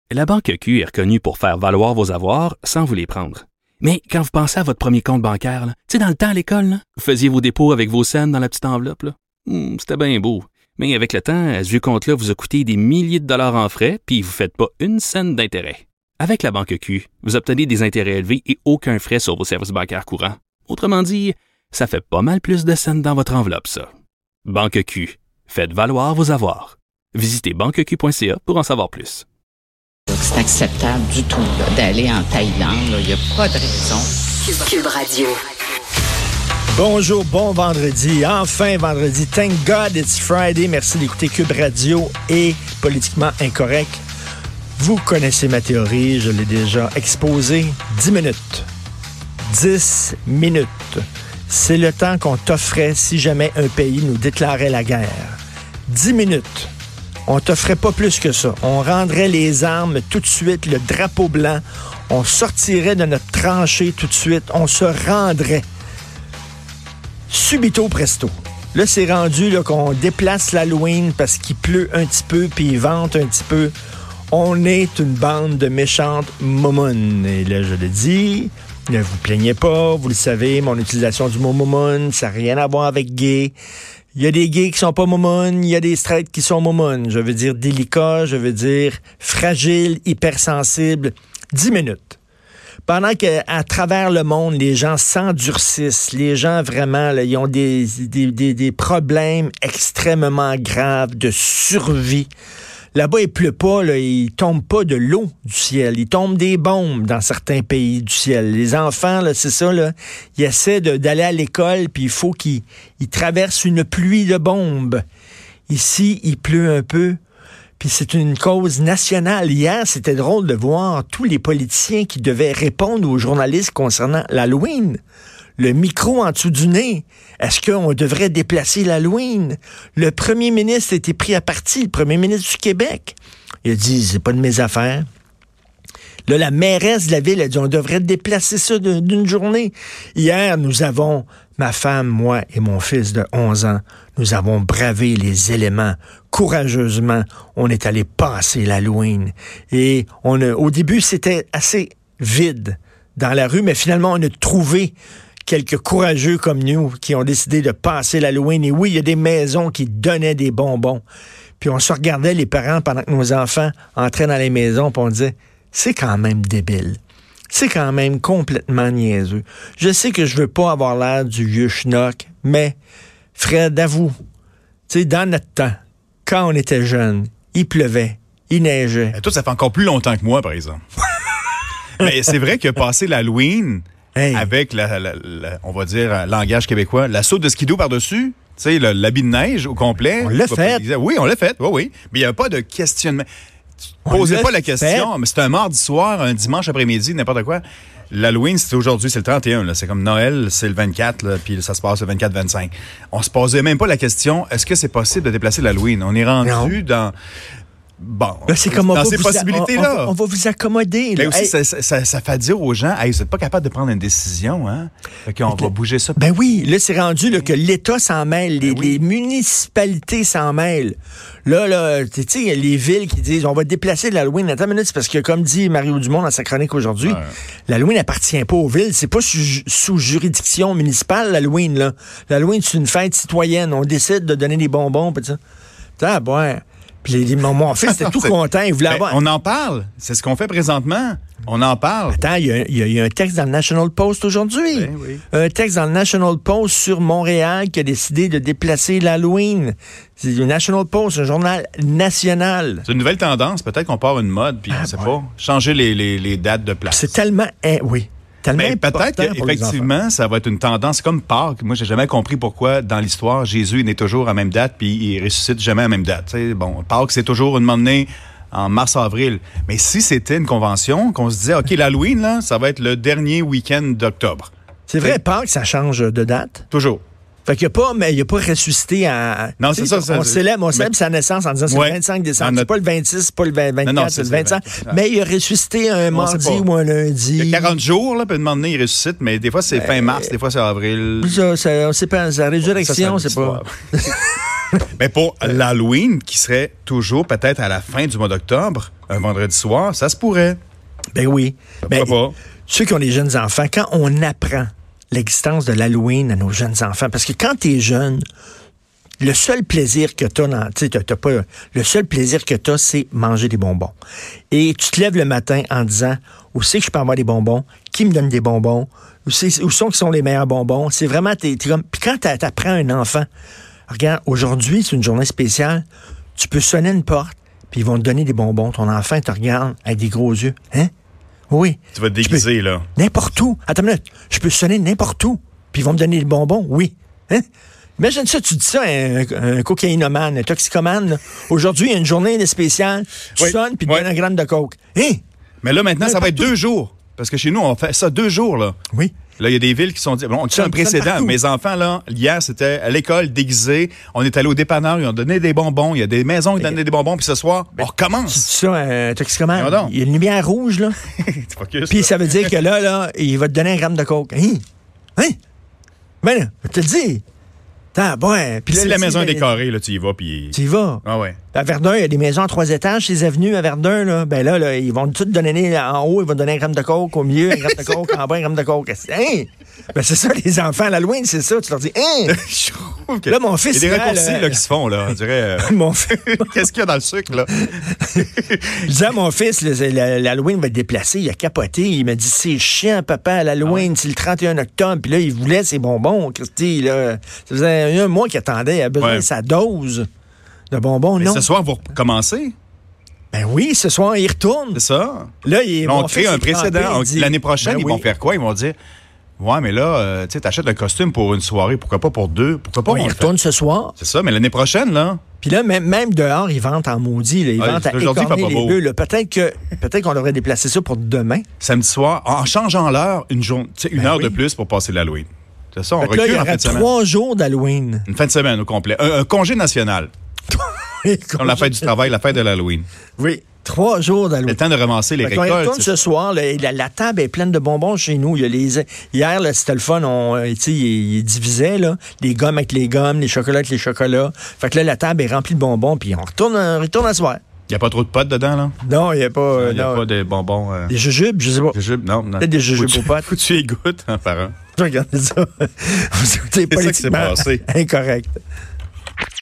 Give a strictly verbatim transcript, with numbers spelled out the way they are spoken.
La Banque Q est reconnue pour faire valoir vos avoirs sans vous les prendre. Mais quand vous pensez à votre premier compte bancaire, tu sais, dans le temps à l'école, là, vous faisiez vos dépôts avec vos scènes dans la petite enveloppe. Là. Hum, c'était bien beau. Mais avec le temps, ce vieux compte-là vous a coûté des milliers de dollars en frais, puis vous ne faites pas une scène d'intérêt. Avec la Banque Q, vous obtenez des intérêts élevés et aucun frais sur vos services bancaires courants. Autrement dit, ça fait pas mal plus de scènes dans votre enveloppe, ça. Banque Q. Faites valoir vos avoirs. Visitez banque q point c a pour en savoir plus. C'est acceptable du tout là, d'aller en Thaïlande. Il n'y a pas de raison. Cube, Cube Radio. Bonjour, bon vendredi. Enfin vendredi. Thank God it's Friday. Merci d'écouter Cube Radio et Politiquement Incorrect. Vous connaissez ma théorie, je l'ai déjà exposée. dix minutes. dix minutes. C'est le temps qu'on t'offrait si jamais un pays nous déclarait la guerre. dix minutes. On t'offrait pas plus que ça. On rendrait les armes tout de suite, le drapeau blanc. On sortirait de notre tranchée tout de suite. On se rendrait. Subito presto. Là, c'est rendu là, qu'on déplace l'Halloween parce qu'il pleut un petit peu puis il vente un petit peu. On est une bande de méchantes momounes. Et là, je le dis, ne vous plaignez pas, vous le savez, mon utilisation du mot momoun, ça n'a rien à voir avec gay. Il y a des gays qui sont pas momounes, il y a des straights qui sont momounes. Je veux dire délicat, je veux dire fragile, hypersensible. Dix minutes. Pendant qu'à travers le monde, les gens s'endurcissent, les gens vraiment, là, ils ont des, des, des, des problèmes extrêmement graves de survie. Là-bas, il pleut pas, là, il tombe pas de l'eau du ciel. Il tombe des bombes dans certains pays du ciel. Les enfants, là, c'est ça, là, ils essaient de, d'aller à l'école, puis il faut qu'ils ils traversent une pluie de bombes. Ici, il pleut un peu, puis c'est une cause nationale. Hier, c'était drôle de voir tous les politiciens qui devaient répondre aux journalistes concernant l'Halloween. Le micro en dessous du nez. Est-ce qu'on devrait déplacer l'Halloween? Le premier ministre a été pris à partie, le premier ministre du Québec. Il a dit, c'est pas de mes affaires. Là, la mairesse de la ville a dit, on devrait déplacer ça d'une journée. Hier, nous avons, ma femme, moi et mon fils de onze ans, nous avons bravé les éléments courageusement. On est allé passer l'Halloween. Et on a, au début, c'était assez vide dans la rue, mais finalement, on a trouvé quelques courageux comme nous qui ont décidé de passer l'Halloween. Et oui, il y a des maisons qui donnaient des bonbons. Puis on se regardait, les parents, pendant que nos enfants entraient dans les maisons, puis on disait, c'est quand même débile. C'est quand même complètement niaiseux. Je sais que je veux pas avoir l'air du vieux schnock, mais Fred, avoue, tu sais, dans notre temps, quand on était jeune, il pleuvait, il neigeait. Et toi, ça fait encore plus longtemps que moi, par exemple. Mais c'est vrai que passer l'Halloween... Hey. Avec, la, la, la, on va dire, langage québécois, la saute de skido par-dessus, tu sais, le, l'habit de neige au complet. On l'a fait. Pas, oui, on l'a fait, oui, oui. Mais il n'y a pas de questionnement. Posez pas la question, fait. Mais c'est un mardi soir, un dimanche après-midi, n'importe quoi. L'Halloween, c'est aujourd'hui, c'est le trente et un, là. C'est comme Noël, c'est le vingt-quatre, là, puis ça se passe le vingt-quatre vingt-cinq. On se posait même pas la question, est-ce que c'est possible de déplacer l'Halloween? On est rendu non. dans... Bon, là, c'est comme dans on ces possibilités-là. On, on, on va vous accommoder. Mais là. aussi, hey. ça, ça, ça fait dire aux gens, hey, vous n'êtes pas capable de prendre une décision, hein? Fait qu'on va bouger ça. Ben oui, là, c'est rendu là, que l'État s'en mêle, les, ben oui. les municipalités s'en mêlent. Là, là, tu sais, les villes qui disent, on va déplacer l'Halloween. Attends une minute, c'est parce que, comme dit Mario Dumont dans sa chronique aujourd'hui, ouais. l'Halloween n'appartient pas aux villes. C'est pas sous, sous juridiction municipale, l'Halloween, là. L'Halloween, c'est une fête citoyenne. On décide de donner des bonbons, pis ça. T'as, ouais. Puis les, mon, mon fils était tout content, il voulait ben, avoir... On en parle, c'est ce qu'on fait présentement. On en parle. Attends, il y, y, y a un texte dans le National Post aujourd'hui. Ben, oui. Un texte dans le National Post sur Montréal qui a décidé de déplacer l'Halloween. C'est le National Post, un journal national. C'est une nouvelle tendance, peut-être qu'on part une mode, puis ah, on sait ouais. pas, changer les, les, les dates de place. C'est tellement... Eh, oui. Mais peut-être qu'effectivement, ça va être une tendance comme Pâques. Moi, j'ai jamais compris pourquoi, dans l'histoire, Jésus est né toujours à la même date, puis il ressuscite jamais à la même date. T'sais, bon, Pâques, c'est toujours une monnaie en mars-avril. Mais si c'était une convention, qu'on se disait, OK, l'Halloween, là, ça va être le dernier week-end d'octobre. C'est vrai, Pâques, ça change de date? Toujours. Fait qu'il n'a pas, mais il a pas ressuscité à... Non, c'est ça. On célèbre, on célèbre sa naissance en disant c'est ouais. le vingt-cinq décembre. Notre... C'est pas le vingt-six, c'est pas le vingt-quatre, non, non, c'est, c'est le vingt-cinq. vingt-cinq. Mais il a ressuscité un on mardi ou un lundi. Il y a quarante jours, là, puis un moment donné, il ressuscite, mais des fois, c'est euh, fin mars, des fois, c'est avril. Ça, ça, on sait pas, sa résurrection, ça, c'est pas... Mais pour l'Halloween, qui serait toujours peut-être à la fin du mois d'octobre, un vendredi soir, ça se pourrait. Ben oui. Ben, pas. Ceux qui ont des jeunes enfants, quand on apprend l'existence de l'Halloween à nos jeunes enfants, parce que quand t'es jeune, le seul plaisir que t'as, dans, tu sais, t'as, t'as pas, le seul plaisir que t'as, c'est manger des bonbons. Et tu te lèves le matin en disant, où c'est que je peux avoir des bonbons? Qui me donne des bonbons? Où, c'est, où sont qui sont les meilleurs bonbons? C'est vraiment, t'es, t'es comme, puis quand t'apprends un enfant, regarde, aujourd'hui, c'est une journée spéciale, tu peux sonner une porte, puis ils vont te donner des bonbons. Ton enfant te regarde avec des gros yeux. Hein? Oui. Tu vas te déguiser, peux, là. N'importe où. Attends une minute. Je peux sonner n'importe où, puis ils vont me donner des bonbons. Oui. Hein? Imagine ça, tu dis ça à un, un cocaïnomane, un toxicomane. Là. Aujourd'hui, il y a une journée spéciale. Tu oui. sonnes, puis tu oui. donnes un gramme de coke. Hein? Mais là, maintenant, ça va être deux jours. Parce que chez nous, on fait ça deux jours, là. Oui. Là, il y a des villes qui sont dit, bon, on tient un précédent. Mes enfants, là, hier, c'était à l'école, déguisés. On est allé au dépanneur, ils ont donné des bonbons. Il y a des maisons qui donnaient des bonbons. Puis ce soir, on recommence. C'est ça, un toxicomane. Il y a une lumière rouge, là. Puis ça veut dire que là, là, il va te donner un gramme de coke. Hein? Hein? Ben là, je te le dis. Ah, bon, puis là, si la maison est décorée, là, tu y vas, puis... Tu y vas. Ah ouais. À Verdun, il y a des maisons à trois étages, ces avenues à Verdun, là. Ben là, là ils vont tout donner en haut, ils vont donner un gramme de coke, au milieu, un gramme de coke, en bas, un gramme de coke. Hein? Ben c'est ça, les enfants à l'Halloween, c'est ça. Tu leur dis, hein? que... Là, mon fils... Il y a des raccourcis, là, là, qui se font, là, on dirait... Euh... mon fils... Qu'est-ce qu'il y a dans le sucre, là? Je disais à mon fils, l'Halloween va être déplacé, il a capoté, il m'a dit, c'est chiant, papa, à l'Halloween, ah ouais. c'est le trente et un octobre, puis là, il voulait ses bonbons, Christy, là. Ça faisait un mois qu'il attendait. Il a besoin ouais. de sa dose de bonbons, mais non? Ce soir, vous recommencez? Ben oui, ce soir, ils retournent. C'est ça. Là, ils on crée un précédent. Dit, l'année prochaine, ben ils oui. vont faire quoi? Ils vont dire, ouais, mais là, euh, tu sais, t'achètes un costume pour une soirée. Pourquoi pas pour deux? Pourquoi pas? Ouais, ils retournent ce soir. C'est ça, mais l'année prochaine, là... Puis là, même, même dehors, ils vendent en maudit. Là. Ils ouais, vendent à écorner les bœufs. Peut-être, que, peut-être qu'on devrait déplacer ça pour demain. Samedi soir, en changeant l'heure, une, jour, une ben heure oui. de plus pour passer l'Halloween. C'est ça, on recule là, il y en fin de semaine. trois jours d'Halloween. Une fin de semaine au complet. Un, un congé national. Comme la fête du travail, la fête de l'Halloween. Oui, trois jours d'Halloween. Le temps de ramasser les récoltes. On retourne ce soir, là, la, la table est pleine de bonbons chez nous. Il y a les, hier, là, c'était le fun, on, il, il divisait là, les gommes avec les gommes, les chocolats avec les chocolats. Fait que là, la table est remplie de bonbons, puis on retourne, on retourne à soir. Il n'y a pas trop de potes dedans, là? Non, il n'y a pas... Il n'y a pas de bonbons... Euh... Des jujubes, je sais pas. Jujubes, non. non. Peut-être des jujubes aux potes. Faut que tu les goûtes, hein, par un. Regardez ça. C'est ça qui s'est passé. Incorrect.